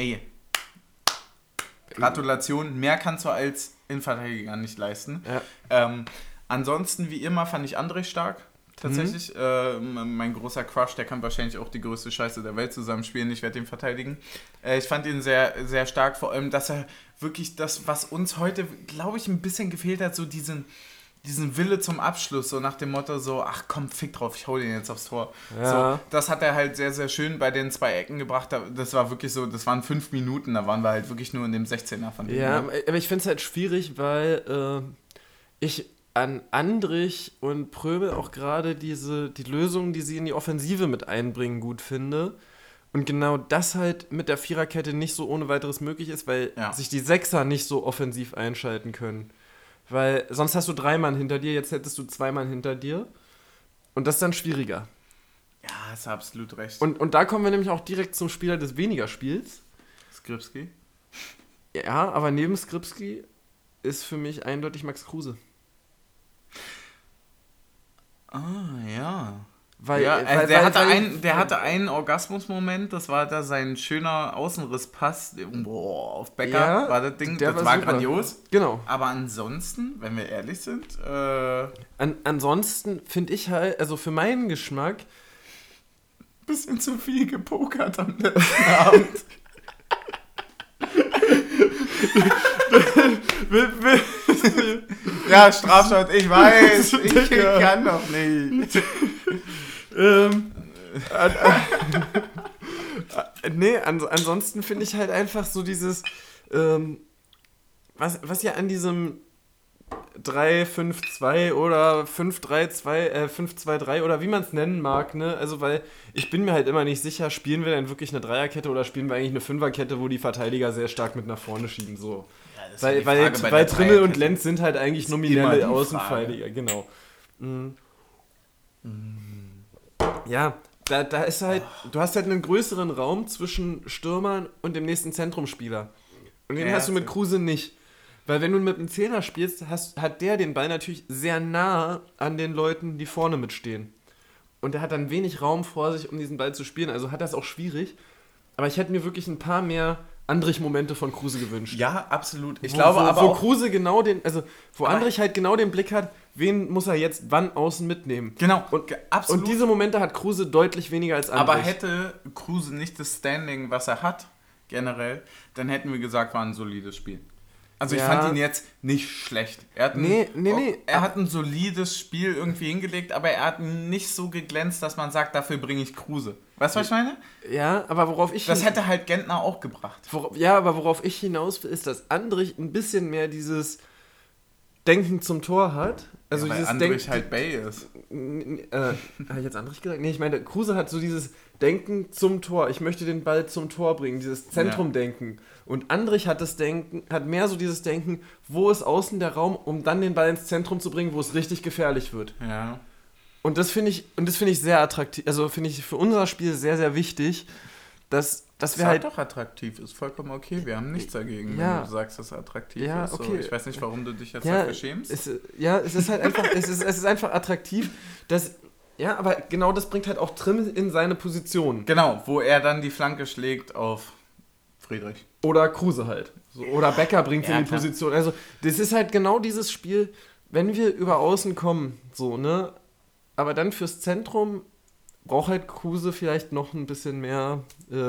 Gratulation, mehr kannst du als Innenverteidiger nicht leisten. Ja. Ansonsten, wie immer, fand ich André stark. Tatsächlich. Mein großer Crush, der kann wahrscheinlich auch die größte Scheiße der Welt zusammenspielen. Ich werde ihn verteidigen. Ich fand ihn sehr, sehr stark. Vor allem, dass er wirklich das, was uns heute, glaube ich, ein bisschen gefehlt hat, so diesen Wille zum Abschluss, so nach dem Motto so, ach komm, fick drauf, ich hau den jetzt aufs Tor.
Ja.
So, das hat er halt sehr, sehr schön bei den 2 Ecken gebracht. Das war wirklich so, das waren 5 Minuten, da waren wir halt wirklich nur in dem 16er von dem.
Ja, aber ich finde es halt schwierig, weil ich an Andrich und Pröbel auch gerade die Lösungen, die sie in die Offensive mit einbringen, gut finde. Und genau das halt mit der Viererkette nicht so ohne weiteres möglich ist, weil sich die Sechser nicht so offensiv einschalten können. Weil sonst hast du 3 Mann hinter dir, jetzt hättest du 2 Mann hinter dir. Und das ist dann schwieriger.
Ja, hast du absolut recht.
Und da kommen wir nämlich auch direkt zum Spieler des Weniger-Spiels.
Skripski?
Ja, aber neben Skripski ist für mich eindeutig Max Kruse.
Ja.
Der
hatte einen Orgasmusmoment, das war da sein schöner Außenrisspass auf Becker, war das Ding, das war grandios.
Genau.
Aber ansonsten, wenn wir ehrlich sind...
Ansonsten finde ich halt, also für meinen Geschmack...
Bisschen zu viel gepokert am letzten Abend. Ja, Strafschott, ich weiß. Ich kann doch nicht.
Ansonsten finde ich halt einfach so dieses, was ja an diesem 3-5-2 oder 5-3-2, 5-2-3 oder wie man es nennen mag, ne? Also, weil ich bin mir halt immer nicht sicher, spielen wir denn wirklich eine Dreierkette oder spielen wir eigentlich eine Fünferkette, wo die Verteidiger sehr stark mit nach vorne schieben, so. Ja, weil Trimmel und Lenz sind halt eigentlich nominelle Außenverteidiger, genau. Ja, da ist halt, du hast halt einen größeren Raum zwischen Stürmern und dem nächsten Zentrumspieler. Und den hast du mit Kruse nicht. Weil wenn du mit einem Zehner spielst, hat der den Ball natürlich sehr nah an den Leuten, die vorne mitstehen. Und der hat dann wenig Raum vor sich, um diesen Ball zu spielen. Also hat das auch schwierig. Aber ich hätte mir wirklich ein paar mehr Andrich-Momente von Kruse gewünscht.
Ja, absolut. Ich
glaube aber auch... Wo Kruse genau wo Andrich halt genau den Blick hat, wen muss er jetzt wann außen mitnehmen.
Genau,
absolut. Und diese Momente hat Kruse deutlich weniger als Andrich.
Aber hätte Kruse nicht das Standing, was er hat, generell, dann hätten wir gesagt, war ein solides Spiel. Also ich fand ihn jetzt nicht schlecht. Er hat ein solides Spiel irgendwie hingelegt, aber er hat nicht so geglänzt, dass man sagt, dafür bringe ich Kruse. Weißt du, was ich meine?
Ja, aber worauf ich...
Das hätte halt Gentner auch gebracht.
Aber worauf ich hinaus will, ist, dass Andrich ein bisschen mehr dieses Denken zum Tor hat. Also
weil
dieses
Andrich halt Bay ist.
Habe ich jetzt Andrich gesagt? Nee, ich meine, Kruse hat so dieses Denken zum Tor. Ich möchte den Ball zum Tor bringen, dieses Zentrumdenken. Und Andrich hat mehr so dieses Denken, wo ist außen der Raum, um dann den Ball ins Zentrum zu bringen, wo es richtig gefährlich wird.
Ja.
Und das finde ich sehr attraktiv, also finde ich für unser Spiel sehr, sehr wichtig, dass wir halt...
doch attraktiv, ist vollkommen okay, wir haben nichts dagegen,
Ja.
wenn du sagst, dass es attraktiv
Ja,
ist. So,
okay.
ich weiß nicht, warum du dich jetzt
Ja,
dafür schämst.
es ist halt einfach, es ist einfach attraktiv, dass... Ja, aber genau das bringt halt auch Trim in seine Position.
Genau, wo er dann die Flanke schlägt auf Friedrich.
Oder Kruse halt. So, oder Becker bringt in die
klar.
Position. Also, das ist halt genau dieses Spiel, wenn wir über Außen kommen, so, ne? Aber dann fürs Zentrum braucht halt Kruse vielleicht noch ein bisschen mehr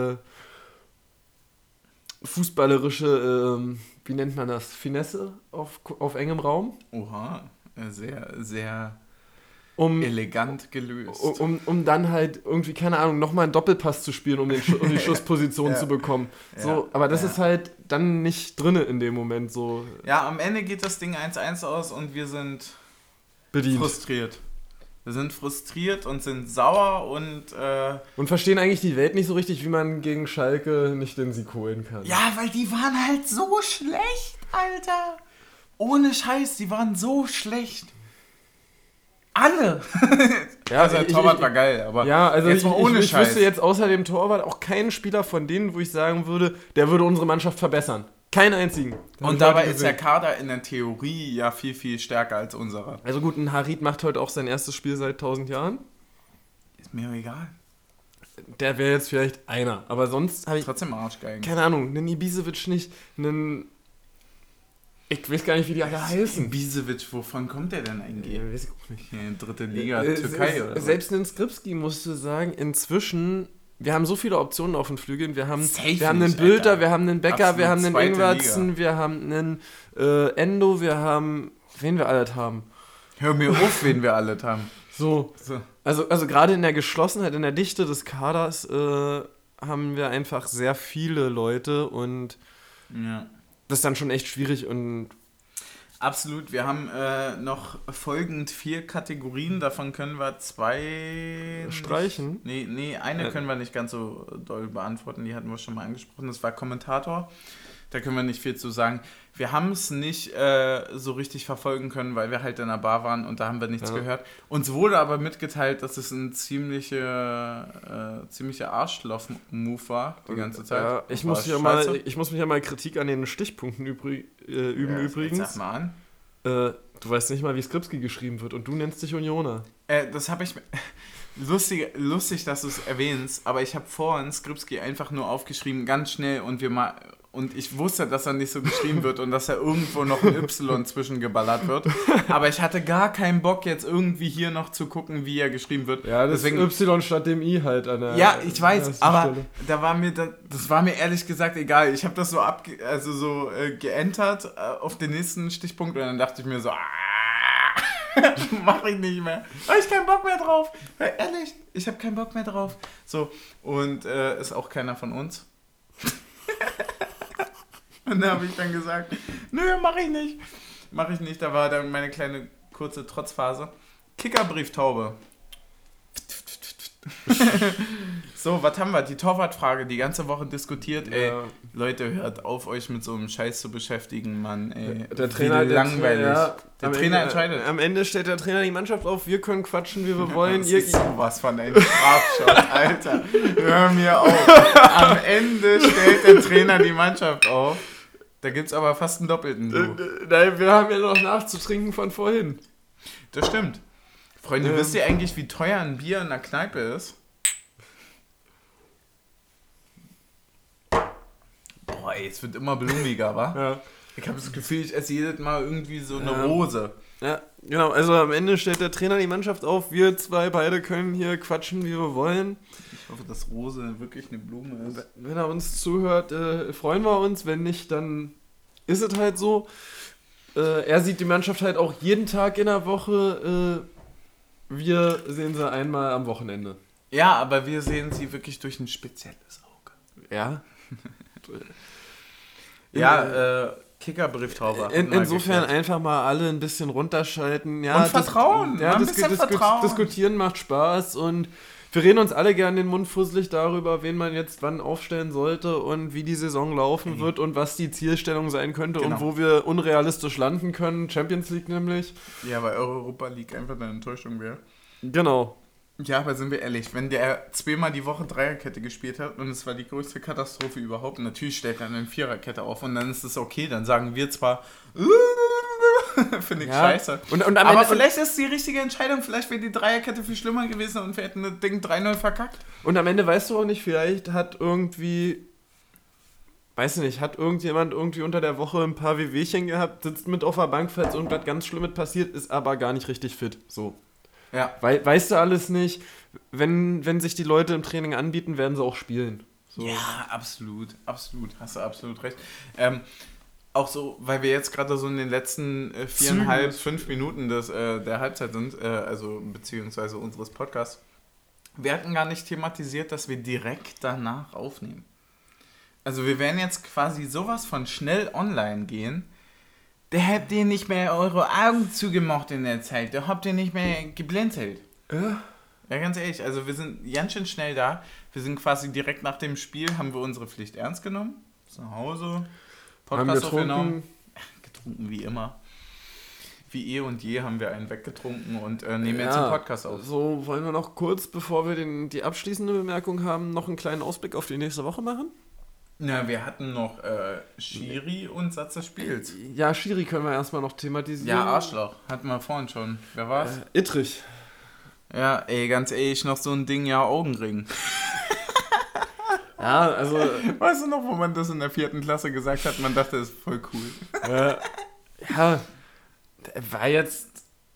fußballerische, wie nennt man das? Finesse auf engem Raum.
Oha, sehr, sehr
Um
elegant gelöst.
um dann halt irgendwie, keine Ahnung, nochmal einen Doppelpass zu spielen, um die Schussposition zu bekommen. So,
Ja.
aber das ist halt dann nicht drinne in dem Moment so
Ja, am Ende geht das Ding 1-1 aus und wir sind
bedient.
frustriert. Wir sind frustriert und sind sauer und
verstehen eigentlich die Welt nicht so richtig, wie man gegen Schalke nicht den Sieg holen kann.
ja, weil die waren halt so schlecht, Alter. Ohne Scheiß, die waren so schlecht. Alle.
Ja,
also der Torwart war geil, aber
ja, also
jetzt mal ohne
ich
Scheiß.
wüsste jetzt außer dem Torwart auch keinen Spieler von denen, wo ich sagen würde, der würde unsere Mannschaft verbessern. Keinen einzigen.
Und dabei ist der Kader in der Theorie ja viel, viel stärker als unserer.
Also gut, ein Harit macht heute auch sein erstes Spiel seit 1000 Jahren.
Ist mir egal.
Der wäre jetzt vielleicht einer. Aber sonst habe ich,
Trotzdem Arschgeigen.
keine Ahnung, einen Ibisevic nicht, einen... Ich weiß gar nicht, wie die alle heißen.
Ibisevic, wovon kommt der denn eigentlich?
Weiß ich auch nicht.
Hier in dritte Liga, Türkei oder so.
Selbst einen Skripski musst du sagen, inzwischen... Wir haben so viele Optionen auf den Flügeln. Wir haben einen
nicht,
Bülter,
Alter.
wir haben einen Becker,
Absolut
wir haben einen
zweite
Ingwertsen,
Liga.
wir haben einen Endo, wir haben... Wen wir alles haben.
Hör mir auf, wen wir alle haben.
So.
So.
Also gerade in der Geschlossenheit, in der Dichte des Kaders haben wir einfach sehr viele Leute und
Ja.
das ist dann schon echt schwierig und...
Absolut, wir haben noch folgend 4 Kategorien, davon können wir 2
Streichen?
Nee, eine können wir nicht ganz so doll beantworten, die hatten wir schon mal angesprochen, das war Kommentator, da können wir nicht viel zu sagen. Wir haben es nicht so richtig verfolgen können, weil wir halt in der Bar waren und da haben wir nichts gehört. Uns wurde aber mitgeteilt, dass es ein ziemlicher Arschloch-Move war die ganze Zeit.
Ja, ich muss mich ja mal Kritik an den Stichpunkten üben übrigens.
Sag mal an.
Du weißt nicht mal, wie Skripski geschrieben wird und du nennst dich Unioner.
Das habe ich... Lustig, dass du es erwähnst, aber ich habe vorhin Skripski einfach nur aufgeschrieben, ganz schnell und ich wusste, dass er nicht so geschrieben wird und dass er irgendwo noch ein Y zwischengeballert wird. Aber ich hatte gar keinen Bock, jetzt irgendwie hier noch zu gucken, wie er geschrieben wird.
Ja, deswegen Y statt dem I halt an der...
Ja, ich weiß, aber
Stelle.
das war mir ehrlich gesagt egal. Ich habe das so geentert auf den nächsten Stichpunkt und dann dachte ich mir so, mach ich nicht mehr. Habe ich keinen Bock mehr drauf. Ehrlich, ich habe keinen Bock mehr drauf. So, und ist auch keiner von uns. Und da habe ich dann gesagt, nö, mach ich nicht. Mach ich nicht. Da war dann meine kleine kurze Trotzphase. Kickerbrieftaube. So, was haben wir? Die Torwartfrage die ganze Woche diskutiert. Ey, Leute, hört auf, euch mit so einem Scheiß zu beschäftigen, Mann. Ey,
der Trainer,
langweilig. Der Trainer entscheidet.
Am Ende stellt der Trainer die Mannschaft auf, wir können quatschen, wie wir wollen.
Das ist sowas von ein Strafschott, Alter. Hör mir auf. Am Ende stellt der Trainer die Mannschaft auf. Da gibt's aber fast einen doppelten.
Nein, wir haben ja noch nachzutrinken von vorhin.
Das stimmt. Freunde, wisst ihr eigentlich, wie teuer ein Bier in der Kneipe ist? Boah, ey, es wird immer blumiger, wa?
Ja.
Ich habe das Gefühl, ich esse jedes Mal irgendwie so eine Rose.
Ja, genau. Also am Ende stellt der Trainer die Mannschaft auf. Wir zwei beide können hier quatschen, wie wir wollen.
Ich hoffe, dass Rose wirklich eine Blume ist.
Wenn er uns zuhört, freuen wir uns. Wenn nicht, dann ist es halt so. Er sieht die Mannschaft halt auch jeden Tag in der Woche. Wir sehen sie einmal am Wochenende.
Ja, aber wir sehen sie wirklich durch ein spezielles Auge.
Ja.
Ja, Kickerbrieftaube.
Insofern einfach mal alle ein bisschen runterschalten. Ja,
und Vertrauen. Vertrauen.
Diskutieren macht Spaß und wir reden uns alle gerne den Mund fusselig darüber, wen man jetzt wann aufstellen sollte und wie die Saison laufen wird und was die Zielstellung sein könnte und wo wir unrealistisch landen können. Champions League nämlich.
Ja, weil Europa League einfach eine Enttäuschung wäre.
Genau.
Ja, aber sind wir ehrlich, wenn der zweimal die Woche Dreierkette gespielt hat und es war die größte Katastrophe überhaupt, natürlich stellt er eine Viererkette auf und dann ist es okay, dann sagen wir zwar, finde ich scheiße. Aber vielleicht ist es die richtige Entscheidung, vielleicht wäre die Dreierkette viel schlimmer gewesen und wir hätten das Ding 3-0 verkackt.
Und am Ende weißt du auch nicht, vielleicht hat irgendjemand irgendwie unter der Woche ein paar Wehwehchen gehabt, sitzt mit auf der Bank, falls irgendwas ganz Schlimmes passiert, ist aber gar nicht richtig fit, so. Ja. Weißt du alles nicht. Wenn sich die Leute im Training anbieten, werden sie auch spielen. So.
Ja, absolut. Hast du absolut recht. Auch so, weil wir jetzt gerade so in den letzten 4,5 Minuten der Halbzeit sind, also beziehungsweise unseres Podcasts, wir hatten gar nicht thematisiert, dass wir direkt danach aufnehmen. Also wir werden jetzt quasi sowas von schnell online gehen. Da habt ihr nicht mehr eure Augen zugemacht in der Zeit. Da habt ihr nicht mehr geblinzelt. Ja, ganz ehrlich. Also wir sind ganz schön schnell da. Wir sind quasi direkt nach dem Spiel, haben wir unsere Pflicht ernst genommen. Zu Hause. Podcast aufgenommen. Getrunken wie immer. Wie eh und je haben wir einen weggetrunken und nehmen jetzt den Podcast auf.
So, wollen wir noch kurz, bevor wir die abschließende Bemerkung haben, noch einen kleinen Ausblick auf die nächste Woche machen?
Na, wir hatten noch Schiri und Satz des Spiels.
Ja, Schiri können wir erstmal noch thematisieren.
Ja, Arschloch. Hatten wir vorhin schon. Wer war's?
Ittrich.
Ja, ey, ganz ehrlich, noch so ein Ding, ja, Augenring.
Ja, also...
Weißt du noch, wo man das in der 4. Klasse gesagt hat? Man dachte, das ist voll cool.
Ja, war jetzt...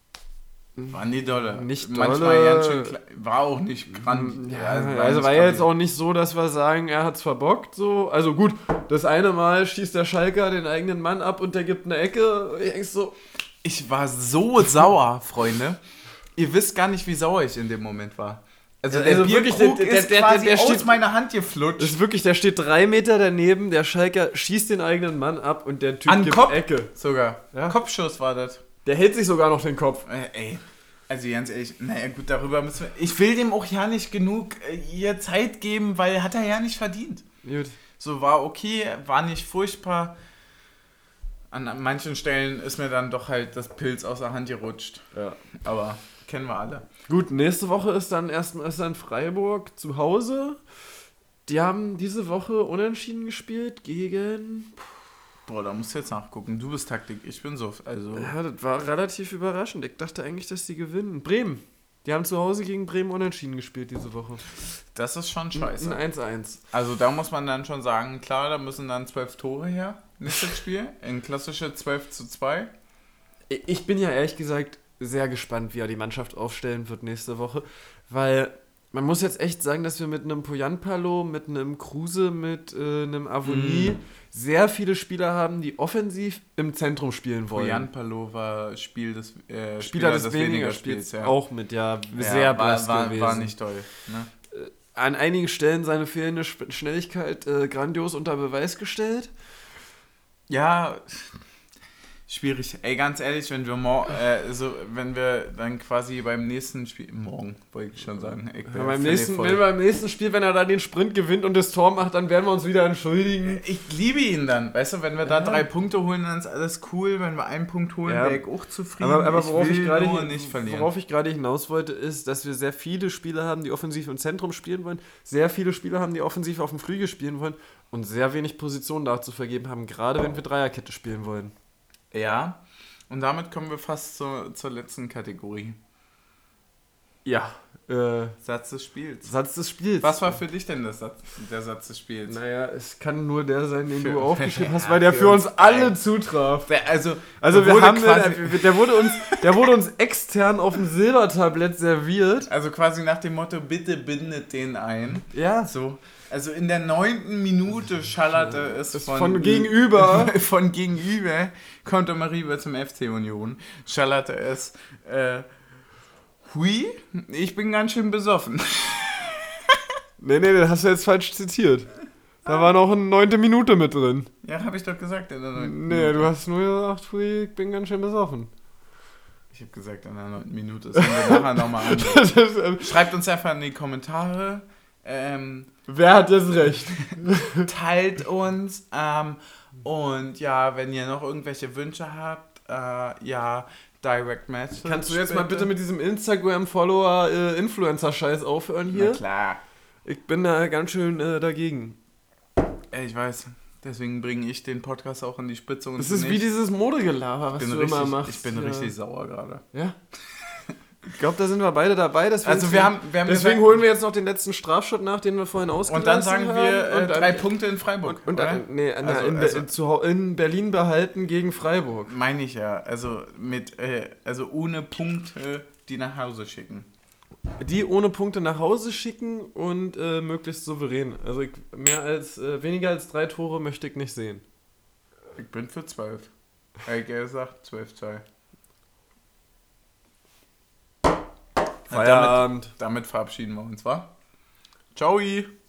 War nie dolle.
Nicht dolle.
Manchmal ganz schön war auch nicht krank.
Ja, also war jetzt auch nicht so, dass wir sagen, er hat's verbockt. So. Also gut, das eine Mal schießt der Schalker den eigenen Mann ab und der gibt eine Ecke.
Ich war so sauer, Freunde. Ihr wisst gar nicht, wie sauer ich in dem Moment war. Also der Bierkrug ist quasi aus meiner Hand geflutscht.
Das ist wirklich, der steht 3 Meter daneben, der Schalker schießt den eigenen Mann ab und der Typ gibt
Kopf
Ecke.
Sogar. Ja? Kopfschuss war das.
Der hält sich sogar noch den Kopf.
Ey, also ganz ehrlich, naja gut, darüber müssen wir... Ich will dem auch ja nicht genug ihr Zeit geben, weil hat er ja nicht verdient.
Gut.
So, war okay, war nicht furchtbar. An manchen Stellen ist mir dann doch halt das Pilz aus der Hand gerutscht. Ja. Aber kennen wir alle.
Gut, nächste Woche ist dann Freiburg zu Hause. Die haben diese Woche unentschieden gespielt gegen...
Boah, da musst du jetzt nachgucken. Du bist Taktik, ich bin so. Also.
Ja, das war relativ überraschend. Ich dachte eigentlich, dass die gewinnen. Bremen. Die haben zu Hause gegen Bremen unentschieden gespielt diese Woche.
Das ist schon scheiße.
Ein 1-1.
Also da muss man dann schon sagen, klar, da müssen dann 12 Tore her. Nächstes Spiel. In klassische 12:2.
Ich bin ja ehrlich gesagt sehr gespannt, wie er die Mannschaft aufstellen wird nächste Woche. Weil man muss jetzt echt sagen, dass wir mit einem Poyanpalo, mit einem Kruse, mit einem Avoni sehr viele Spieler haben, die offensiv im Zentrum spielen wollen.
Poyanpalo war Spieler des weniger Spiels. Ja.
Auch mit, sehr blass gewesen.
War nicht toll. Ne?
An einigen Stellen seine fehlende Schnelligkeit grandios unter Beweis gestellt.
Ja, schwierig. Ey, ganz ehrlich, wenn wir dann quasi beim nächsten Spiel, morgen wollte ich schon sagen.
Beim nächsten Spiel, wenn er dann den Sprint gewinnt und das Tor macht, dann werden wir uns wieder entschuldigen.
Ich liebe ihn dann, weißt du, wenn wir da 3 Punkte holen, dann ist alles cool. Wenn wir 1 Punkt holen, wäre ich auch zufrieden.
Aber worauf ich gerade hinaus wollte, ist, dass wir sehr viele Spieler haben, die offensiv im Zentrum spielen wollen, sehr viele Spieler haben, die offensiv auf dem Flügel spielen wollen und sehr wenig Positionen dazu vergeben haben, gerade wenn wir Dreierkette spielen wollen.
Ja, und damit kommen wir fast zur letzten Kategorie.
Ja.
Satz des Spiels.
Was
war für dich denn der Satz des Spiels?
Naja, es kann nur der sein, den du aufgeschrieben hast, weil der für uns alle zutraf. Der wurde uns extern auf dem Silbertablett serviert.
Also quasi nach dem Motto, bitte bindet den ein.
Ja.
So. Also in der 9. Minute schallerte es
von gegenüber.
Von gegenüber kommt immer rüber zum FC Union. Schallerte es. Hui, ich bin ganz schön besoffen.
Nee, das hast du jetzt falsch zitiert. Da war noch eine 9. Minute mit drin.
Ja, habe ich doch gesagt in der 9.
Nee, du hast nur gesagt, Fui, ich bin ganz schön besoffen.
Ich habe gesagt in der 9. Minute. Das können wir nachher nochmal an. Schreibt uns einfach in die Kommentare.
Wer hat jetzt recht?
Teilt uns. Und ja, wenn ihr noch irgendwelche Wünsche habt, Direct Message.
Kannst du jetzt mal bitte mit diesem Instagram-Follower-Influencer-Scheiß aufhören hier?
Na klar.
Ich bin da ganz schön dagegen.
Ich weiß. Deswegen bringe ich den Podcast auch in die Spitze. Und
das ist wie dieses Modegelaber, was du immer machst.
Ich bin richtig sauer gerade.
Ja? Ich glaube, da sind wir beide dabei.
Deswegen
holen wir jetzt noch den letzten Strafschritt nach, den wir vorhin ausgelassen haben.
Und dann sagen wir 3 Punkte in Freiburg.
In Berlin behalten gegen Freiburg.
Meine ich ja. Also ohne Punkte, die nach Hause schicken.
Die ohne Punkte nach Hause schicken und möglichst souverän. Also weniger als 3 Tore möchte ich nicht sehen.
Ich bin für 12. Er sagt 12-2.
Feierabend.
Damit verabschieden wir uns, wa? Ciao!